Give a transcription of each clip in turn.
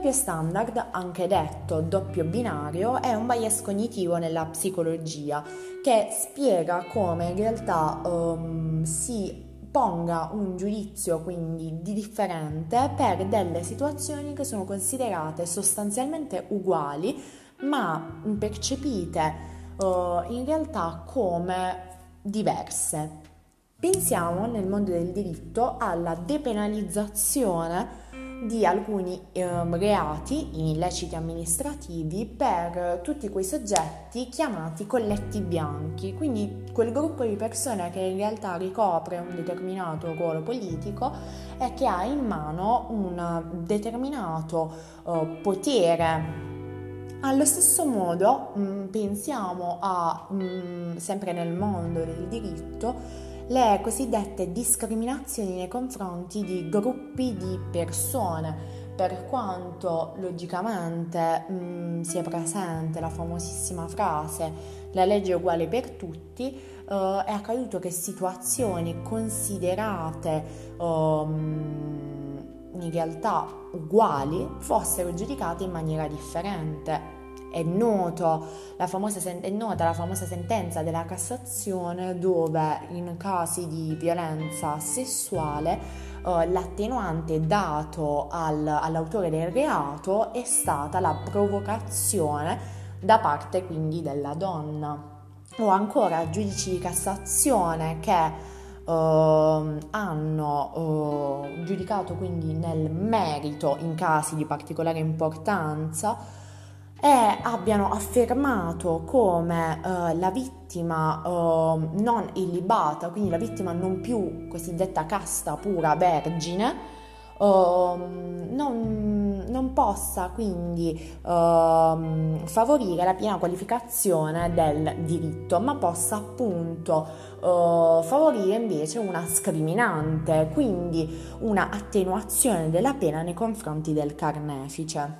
doppio standard, anche detto doppio binario, è un bias cognitivo nella psicologia che spiega come in realtà si ponga un giudizio quindi di differente per delle situazioni che sono considerate sostanzialmente uguali ma percepite in realtà come diverse. Pensiamo nel mondo del diritto alla depenalizzazione di alcuni reati, illeciti amministrativi per tutti quei soggetti chiamati colletti bianchi, quindi quel gruppo di persone che in realtà ricopre un determinato ruolo politico e che ha in mano un determinato potere. Allo stesso modo pensiamo a, sempre nel mondo del diritto, le cosiddette discriminazioni nei confronti di gruppi di persone, per quanto logicamente sia presente la famosissima frase la legge è uguale per tutti, è accaduto che situazioni considerate in realtà uguali fossero giudicate in maniera differente. È nota la famosa sentenza della Cassazione dove in casi di violenza sessuale l'attenuante dato all'autore del reato è stata la provocazione da parte quindi della donna. O ancora giudici di Cassazione che hanno giudicato quindi nel merito in casi di particolare importanza e abbiano affermato come la vittima non illibata, quindi la vittima non più cosiddetta casta pura vergine, non possa quindi favorire la piena qualificazione del diritto, ma possa appunto favorire invece una scriminante, quindi una attenuazione della pena nei confronti del carnefice.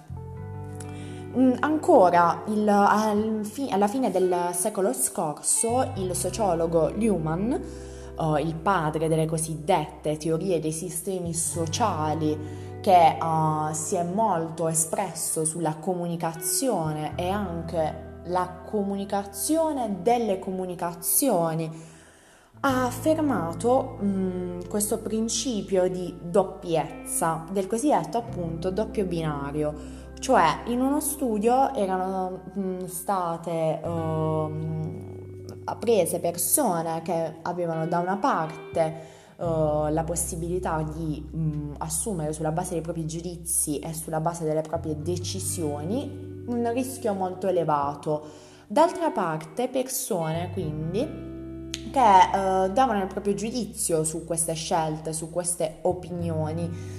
Ancora, alla fine del secolo scorso, il sociologo Luhmann, il padre delle cosiddette teorie dei sistemi sociali, che si è molto espresso sulla comunicazione e anche la comunicazione delle comunicazioni, ha affermato questo principio di doppiezza, del cosiddetto appunto doppio binario. Cioè, in uno studio erano state prese persone che avevano da una parte la possibilità di assumere sulla base dei propri giudizi e sulla base delle proprie decisioni un rischio molto elevato. D'altra parte persone quindi che davano il proprio giudizio su queste scelte, su queste opinioni.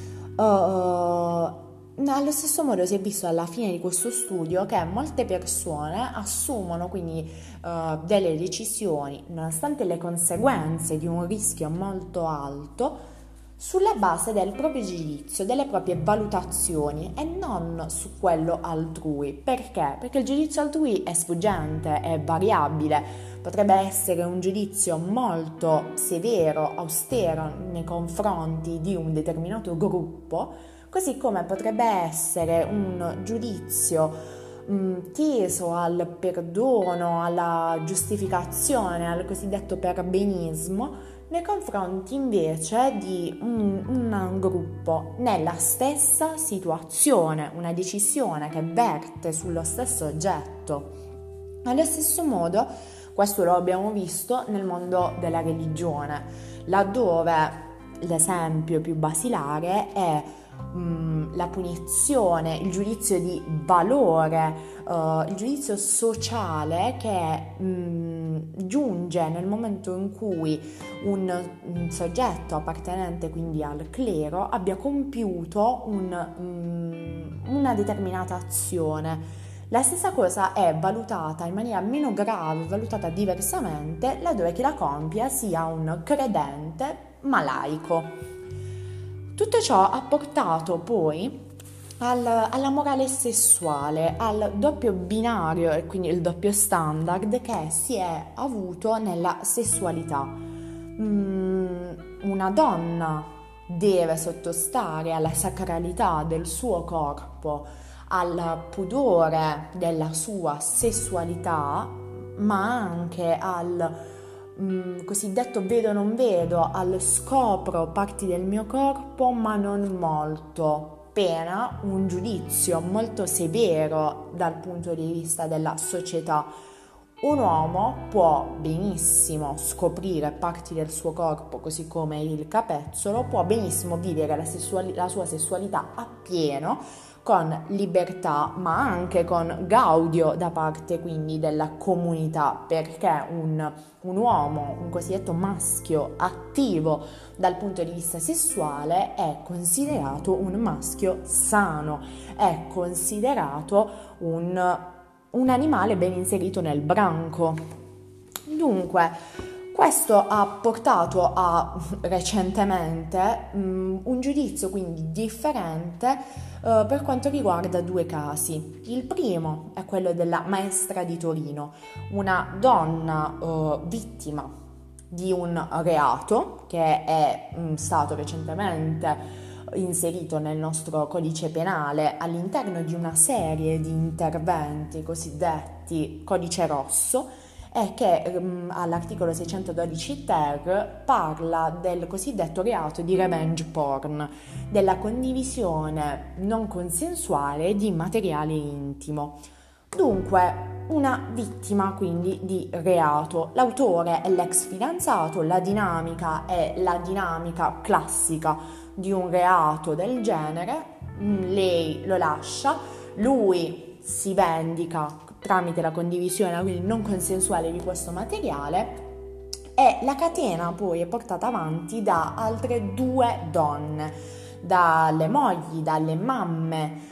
Allo stesso modo si è visto alla fine di questo studio che molte persone assumono quindi delle decisioni, nonostante le conseguenze di un rischio molto alto, sulla base del proprio giudizio, delle proprie valutazioni e non su quello altrui. Perché? Perché il giudizio altrui è sfuggente, è variabile, potrebbe essere un giudizio molto severo, austero nei confronti di un determinato gruppo, così come potrebbe essere un giudizio teso al perdono, alla giustificazione, al cosiddetto perbenismo, nei confronti invece di un gruppo nella stessa situazione, una decisione che verte sullo stesso oggetto. Allo stesso modo, questo lo abbiamo visto nel mondo della religione, laddove l'esempio più basilare è la punizione, il giudizio di valore, il giudizio sociale che giunge nel momento in cui un soggetto appartenente quindi al clero abbia compiuto una determinata azione. La stessa cosa è valutata in maniera meno grave, valutata diversamente, laddove chi la compia sia un credente ma laico. Tutto ciò ha portato poi alla morale sessuale, al doppio binario e quindi il doppio standard che si è avuto nella sessualità. Una donna deve sottostare alla sacralità del suo corpo, al pudore della sua sessualità, ma anche al cosiddetto vedo non vedo, al scopro parti del mio corpo ma non molto, pena un giudizio molto severo dal punto di vista della società. Un uomo può benissimo scoprire parti del suo corpo, così come il capezzolo, può benissimo vivere la sua sessualità appieno, con libertà, ma anche con gaudio da parte quindi della comunità, perché un uomo, un cosiddetto maschio attivo dal punto di vista sessuale, è considerato un maschio sano, è considerato un animale ben inserito nel branco. Dunque, questo ha portato a recentemente un giudizio quindi differente per quanto riguarda due casi. Il primo è quello della maestra di Torino, una donna vittima di un reato che è stato recentemente inserito nel nostro codice penale all'interno di una serie di interventi cosiddetti codice rosso, e che all'articolo 612 ter parla del cosiddetto reato di revenge porn, della condivisione non consensuale di materiale intimo. Dunque, una vittima quindi di reato, l'autore è l'ex fidanzato, la dinamica è la dinamica classica di un reato del genere, lei lo lascia, lui si vendica tramite la condivisione quindi non consensuale di questo materiale, e la catena poi è portata avanti da altre due donne, dalle mogli, dalle mamme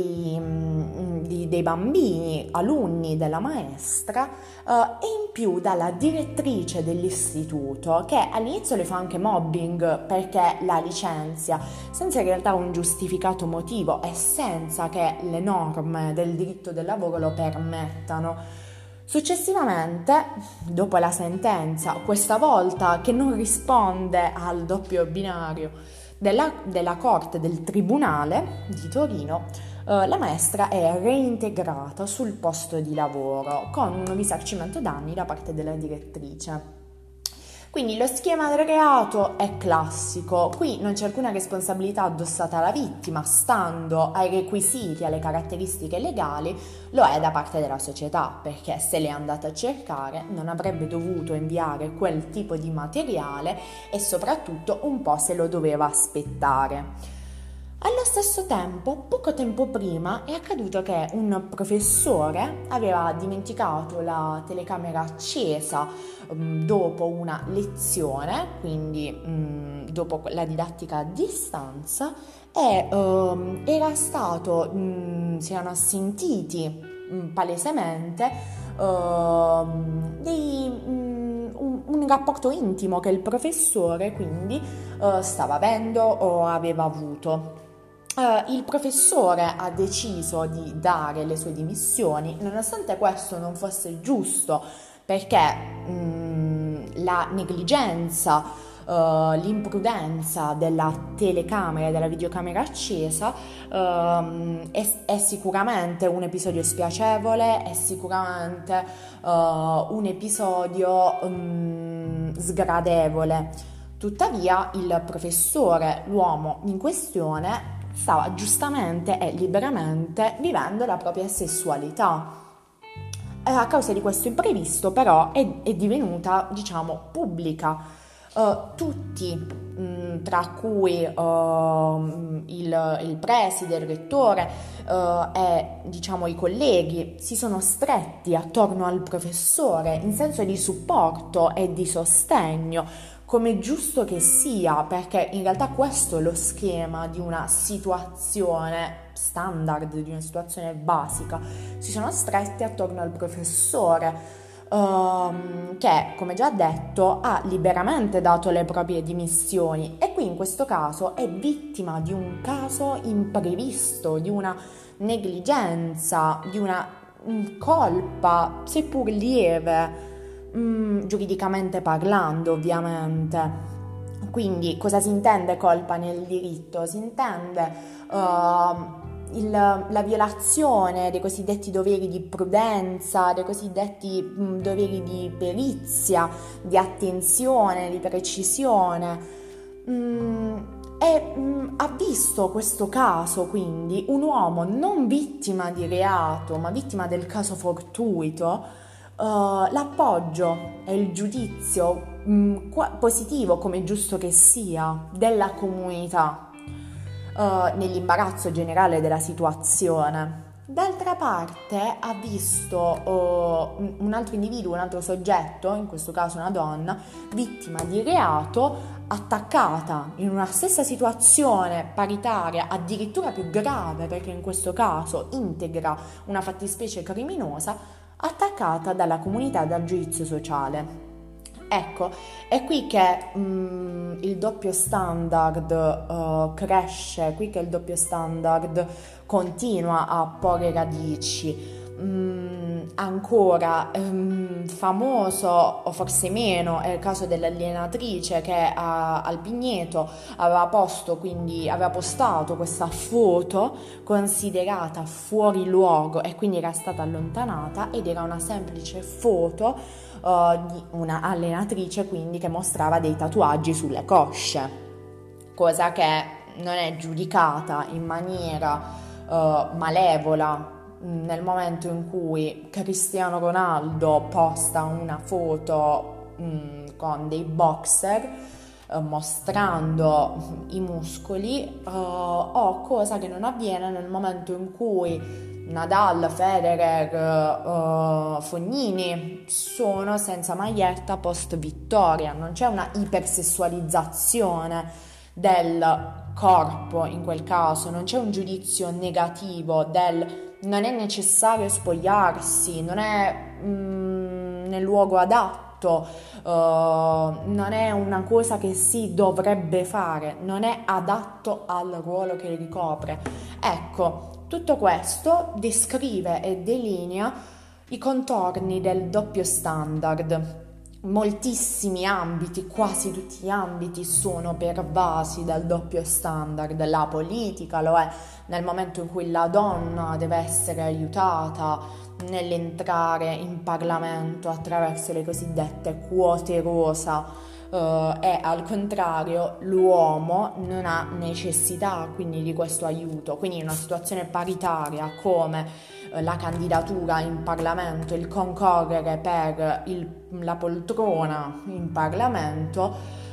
dei bambini, alunni della maestra, e in più dalla direttrice dell'istituto, che all'inizio le fa anche mobbing perché la licenzia senza in realtà un giustificato motivo e senza che le norme del diritto del lavoro lo permettano. Successivamente, dopo la sentenza, questa volta che non risponde al doppio binario della Corte del Tribunale di Torino, la maestra è reintegrata sul posto di lavoro con un risarcimento danni da parte della direttrice. Quindi lo schema del reato è classico, qui non c'è alcuna responsabilità addossata alla vittima, stando ai requisiti, alle caratteristiche legali, lo è da parte della società, perché se l'è andata a cercare non avrebbe dovuto inviare quel tipo di materiale e soprattutto un po' se lo doveva aspettare. Allo stesso tempo, poco tempo prima, è accaduto che un professore aveva dimenticato la telecamera accesa dopo una lezione, quindi dopo la didattica a distanza, e si erano sentiti palesemente un rapporto intimo che il professore quindi stava avendo o aveva avuto. Il professore ha deciso di dare le sue dimissioni, nonostante questo non fosse giusto, perché la negligenza, l'imprudenza della telecamera e della videocamera accesa è sicuramente un episodio spiacevole, è sicuramente un episodio sgradevole. Tuttavia il professore, l'uomo in questione, stava giustamente e liberamente vivendo la propria sessualità. A causa di questo imprevisto però è divenuta, diciamo, pubblica. Tutti, tra cui il preside, il rettore e diciamo i colleghi, si sono stretti attorno al professore in senso di supporto e di sostegno, come giusto che sia, perché in realtà questo è lo schema di una situazione standard, di una situazione basica. Si sono stretti attorno al professore che, come già detto, ha liberamente dato le proprie dimissioni e qui in questo caso è vittima di un caso imprevisto, di una negligenza, di una colpa, seppur lieve, giuridicamente parlando ovviamente. Quindi cosa si intende colpa nel diritto? Si intende la violazione dei cosiddetti doveri di prudenza, dei cosiddetti doveri di perizia, di attenzione, di precisione. Ha visto questo caso, quindi, un uomo non vittima di reato, ma vittima del caso fortuito, l'appoggio e il giudizio positivo, come è giusto che sia, della comunità nell'imbarazzo generale della situazione. D'altra parte ha visto un altro individuo, un altro soggetto, in questo caso una donna, vittima di reato, attaccata in una stessa situazione paritaria, addirittura più grave, perché in questo caso integra una fattispecie criminosa, attaccata dalla comunità e dal giudizio sociale. Ecco, è qui che il doppio standard cresce, qui che il doppio standard continua a porre radici. Ancora famoso, o forse meno, è il caso dell'alienatrice che al Pigneto aveva postato questa foto considerata fuori luogo e quindi era stata allontanata, ed era una semplice foto di una allenatrice, quindi, che mostrava dei tatuaggi sulle cosce, cosa che non è giudicata in maniera malevola nel momento in cui Cristiano Ronaldo posta una foto con dei boxer mostrando i muscoli, o cosa che non avviene nel momento in cui Nadal, Federer, Fognini sono senza maglietta post vittoria. Non c'è una ipersessualizzazione del corpo in quel caso, non c'è un giudizio negativo del non è necessario spogliarsi, non è nel luogo adatto, non è una cosa che si dovrebbe fare, non è adatto al ruolo che ricopre. Ecco, tutto questo descrive e delinea i contorni del doppio standard. Moltissimi ambiti, quasi tutti gli ambiti, sono pervasi dal doppio standard. La politica lo è, nel momento in cui la donna deve essere aiutata nell'entrare in Parlamento attraverso le cosiddette quote rosa, e al contrario l'uomo non ha necessità quindi di questo aiuto. Quindi in una situazione paritaria come la candidatura in Parlamento, il concorrere per la poltrona in Parlamento,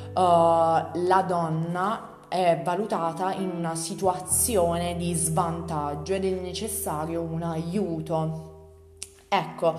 la donna è valutata in una situazione di svantaggio ed è necessario un aiuto. Ecco,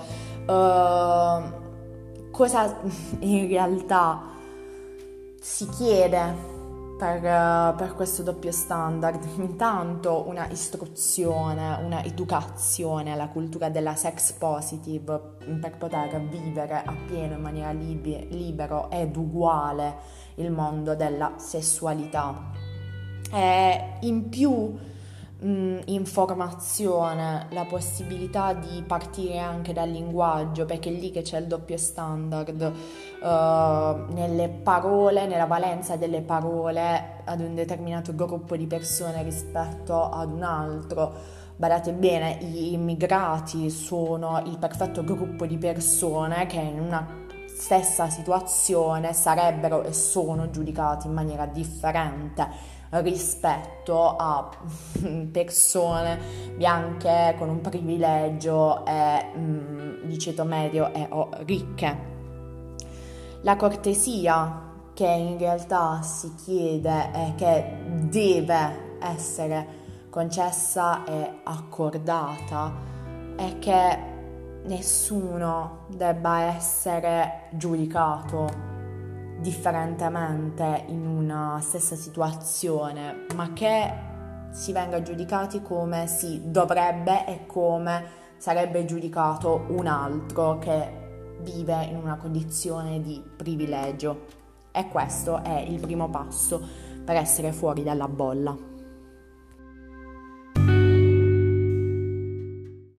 cosa in realtà si chiede per questo doppio standard? Intanto una istruzione, una educazione alla cultura della sex positive per poter vivere appieno in maniera libero ed uguale il mondo della sessualità. E in più informazione, la possibilità di partire anche dal linguaggio, perché è lì che c'è il doppio standard, nelle parole, nella valenza delle parole ad un determinato gruppo di persone rispetto ad un altro. Badate bene, gli immigrati sono il perfetto gruppo di persone che in una stessa situazione sarebbero e sono giudicati in maniera differente rispetto a persone bianche con un privilegio e di ceto medio e o ricche. La cortesia che in realtà si chiede e che deve essere concessa e accordata è che nessuno debba essere giudicato differentemente in una stessa situazione, ma che si venga giudicati come si dovrebbe e come sarebbe giudicato un altro che vive in una condizione di privilegio. E questo è il primo passo per essere fuori dalla bolla.